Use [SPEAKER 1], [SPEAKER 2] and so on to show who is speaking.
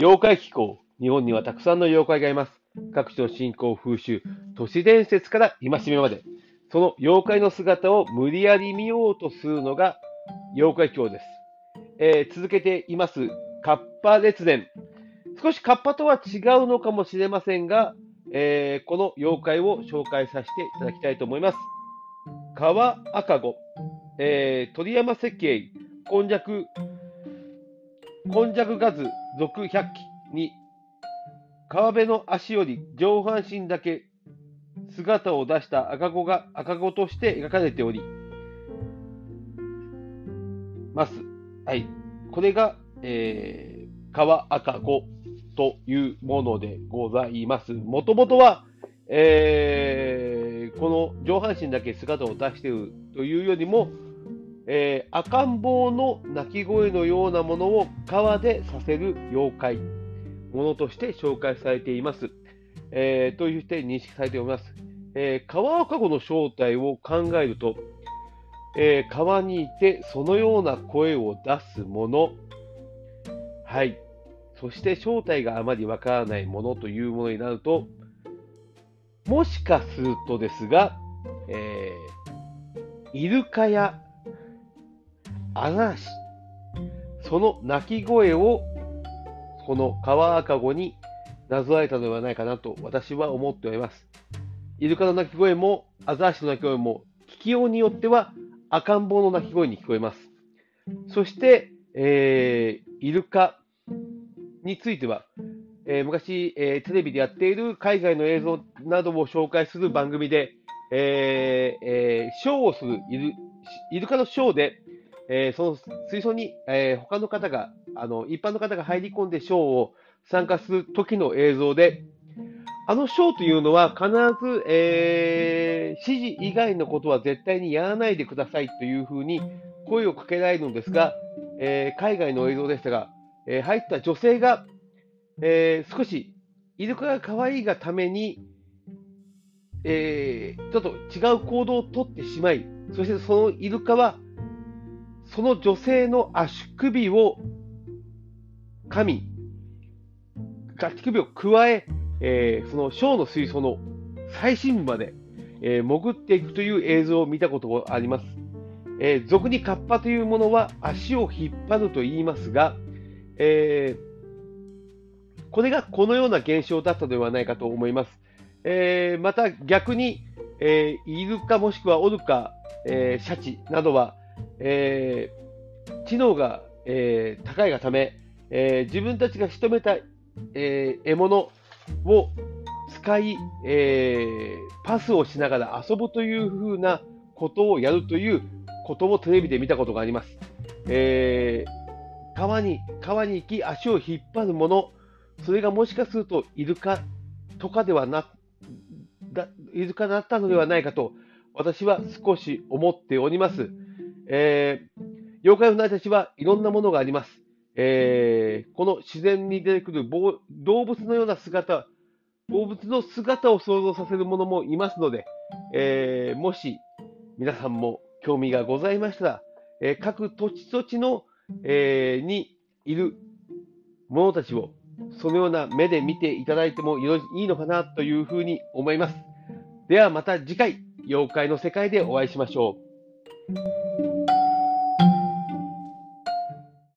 [SPEAKER 1] 妖怪気候。日本にはたくさんの妖怪がいます。各地の信仰風習、都市伝説から戒めまで。その妖怪の姿を無理やり見ようとするのが妖怪教です。続けています。カッパ列伝。少しカッパとは違うのかもしれませんが、この妖怪を紹介させていただきたいと思います。川赤子、鳥山石英、今昔画図続百期に、川辺の足より上半身だけ姿を出した赤子が赤子として描かれております。はい。これが、川赤子というものでございます。もともとは、この上半身だけ姿を出しているというよりも、赤ん坊の鳴き声のようなものを川でさせる妖怪、ものとして紹介されています。というして認識されております。川赤子の正体を考えると、川にいてそのような声を出すもの、はい、そして正体があまりわからないものというものになると、もしかするとですが、イルカやアザラシ、その鳴き声をこの川赤子になぞらえたのではないかなと私は思っております。イルカの鳴き声もアザラシの鳴き声も聞きようによっては赤ん坊の鳴き声に聞こえます。そして、イルカについては、昔、テレビでやっている海外の映像などを紹介する番組で、ショーをするイルカのショーで、その水槽に、他の方が一般の方が入り込んでショーを参加する時の映像で、あのショーというのは必ず、指示以外のことは絶対にやらないでくださいというふうに声をかけられるのですが、海外の映像でしたが、入った女性が、少しイルカが可愛いがために、ちょっと違う行動をとってしまい、そしてそのイルカはその女性の足首を噛み、足首をくわえ、そのショーの水槽の最深部まで、潜っていくという映像を見たことがあります。俗にカッパというものは足を引っ張ると言いますが、これがこのような現象だったのではないかと思います。また逆に、イルカもしくはオルカ、シャチなどは、知能が、高いがため、自分たちが仕留めた、獲物を使い、パスをしながら遊ぶというふうなことをやるということをテレビで見たことがあります。川に行き足を引っ張るもの、それがもしかするとイルカとかではなイルカだったのではないかと私は少し思っております。妖怪の成り立ちはいろんなものがあります。この自然に出てくる動物のような姿、動物の姿を想像させるものもいますので、もし皆さんも興味がございましたら、各土地土地の、にいる者たちをそのような目で見ていただいてもいいのかなというふうに思います。ではまた次回、妖怪の世界でお会いしましょう。